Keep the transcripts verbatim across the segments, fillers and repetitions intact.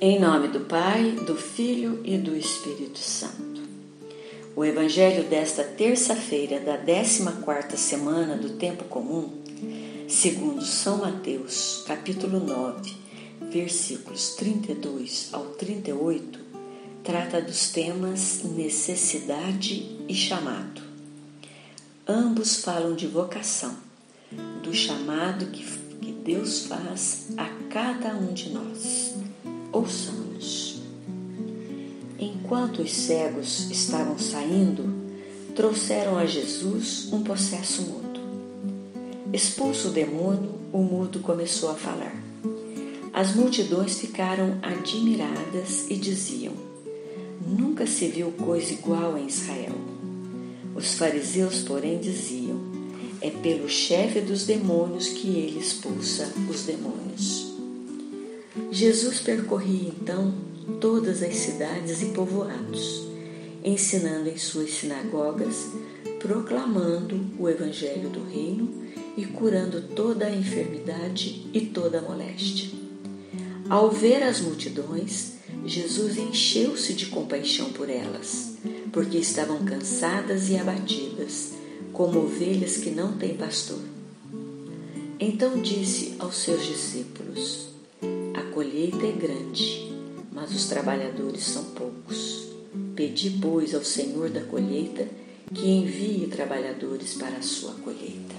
Em nome do Pai, do Filho e do Espírito Santo. O Evangelho desta terça-feira da décima quarta semana do Tempo Comum, segundo São Mateus, capítulo nove, versículos trinta e dois ao trinta e oito, trata dos temas necessidade e chamado. Ambos falam de vocação, do chamado que, que Deus faz a cada um de nós. Ouçamos. Enquanto os cegos estavam saindo, trouxeram a Jesus um possesso mudo. Expulso o demônio, o mudo começou a falar. As multidões ficaram admiradas e diziam: nunca se viu coisa igual em Israel. Os fariseus, porém, diziam: é pelo chefe dos demônios que ele expulsa os demônios. Jesus percorria então todas as cidades e povoados, ensinando em suas sinagogas, proclamando o evangelho do reino e curando toda a enfermidade e toda a moléstia. Ao ver as multidões, Jesus encheu-se de compaixão por elas, porque estavam cansadas e abatidas, como ovelhas que não têm pastor. Então disse aos seus discípulos: a colheita é grande, mas os trabalhadores são poucos. Pedi, pois, ao Senhor da colheita que envie trabalhadores para a sua colheita.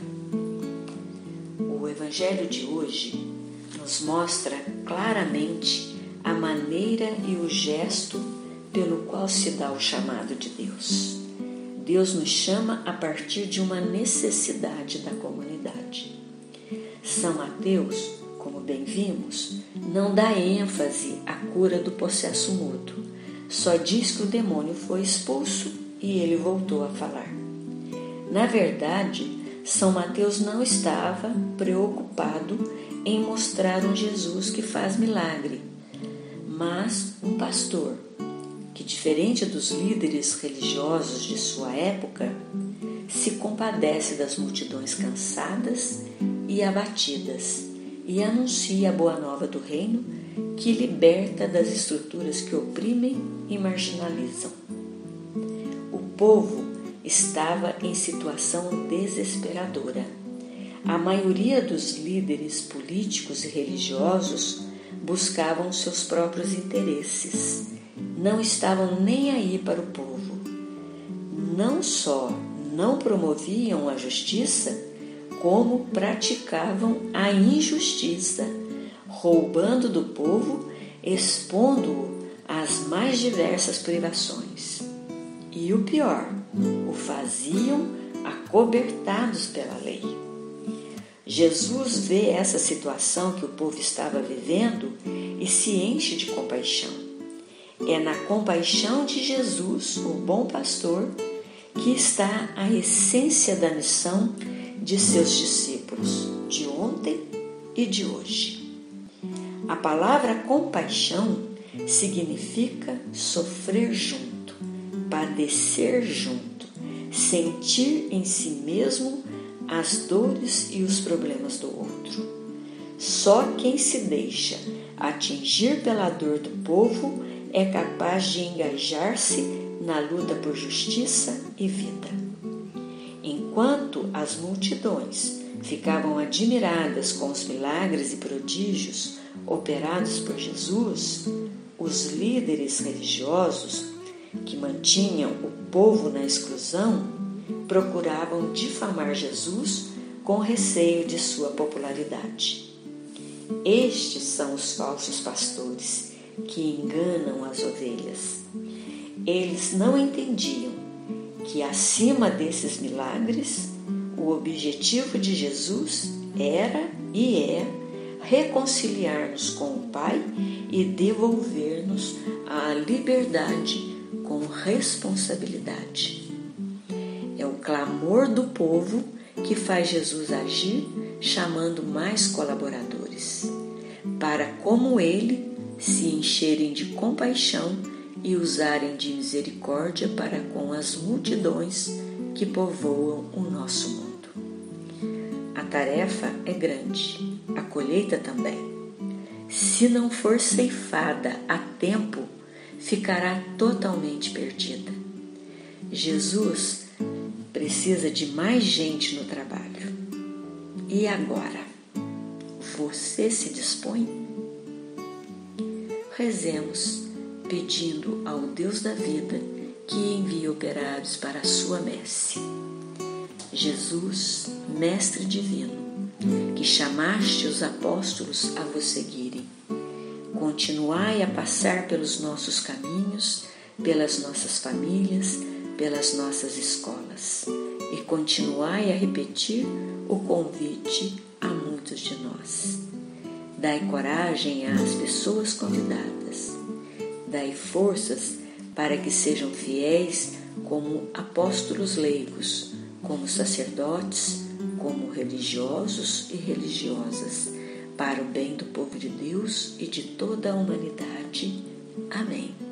O Evangelho de hoje nos mostra claramente a maneira e o gesto pelo qual se dá o chamado de Deus. Deus nos chama a partir de uma necessidade da comunidade. São Mateus, como bem vimos, não dá ênfase à cura do possesso mudo, só diz que o demônio foi expulso e ele voltou a falar. Na verdade, São Mateus não estava preocupado em mostrar um Jesus que faz milagre, mas um pastor que, diferente dos líderes religiosos de sua época, se compadece das multidões cansadas e abatidas e anuncia a boa nova do reino que liberta das estruturas que oprimem e marginalizam. O povo estava em situação desesperadora. A maioria dos líderes políticos e religiosos buscavam seus próprios interesses. Não estavam nem aí para o povo. Não só não promoviam a justiça, como praticavam a injustiça, roubando do povo, expondo-o às mais diversas privações. E o pior, o faziam acobertados pela lei. Jesus vê essa situação que o povo estava vivendo e se enche de compaixão. É na compaixão de Jesus, o bom pastor, que está a essência da missão de seus discípulos, de ontem e de hoje. A palavra compaixão significa sofrer junto, padecer junto, sentir em si mesmo as dores e os problemas do outro. Só quem se deixa atingir pela dor do povo é capaz de engajar-se na luta por justiça e vida. Enquanto as multidões ficavam admiradas com os milagres e prodígios operados por Jesus, os líderes religiosos, que mantinham o povo na exclusão, procuravam difamar Jesus com receio de sua popularidade. Estes são os falsos pastores que enganam as ovelhas. Eles não entendiam que acima desses milagres, o objetivo de Jesus era e é reconciliar-nos com o Pai e devolver-nos a liberdade com responsabilidade. É o clamor do povo que faz Jesus agir, chamando mais colaboradores, para, como ele, se encherem de compaixão e usarem de misericórdia para com as multidões que povoam o nosso mundo. A tarefa é grande, a colheita também. se não for ceifada a tempo, ficará totalmente perdida. Jesus precisa de mais gente no trabalho. E agora? Você se dispõe? Rezemos, pedindo ao Deus da vida que envie operários para a sua messe. Jesus, Mestre Divino, que chamaste os apóstolos a vos seguirem, continuai a passar pelos nossos caminhos, pelas nossas famílias, pelas nossas escolas, e continuai a repetir o convite a muitos de nós. Dai coragem às pessoas convidadas, dai forças para que sejam fiéis como apóstolos leigos, como sacerdotes, como religiosos e religiosas, para o bem do povo de Deus e de toda a humanidade. Amém.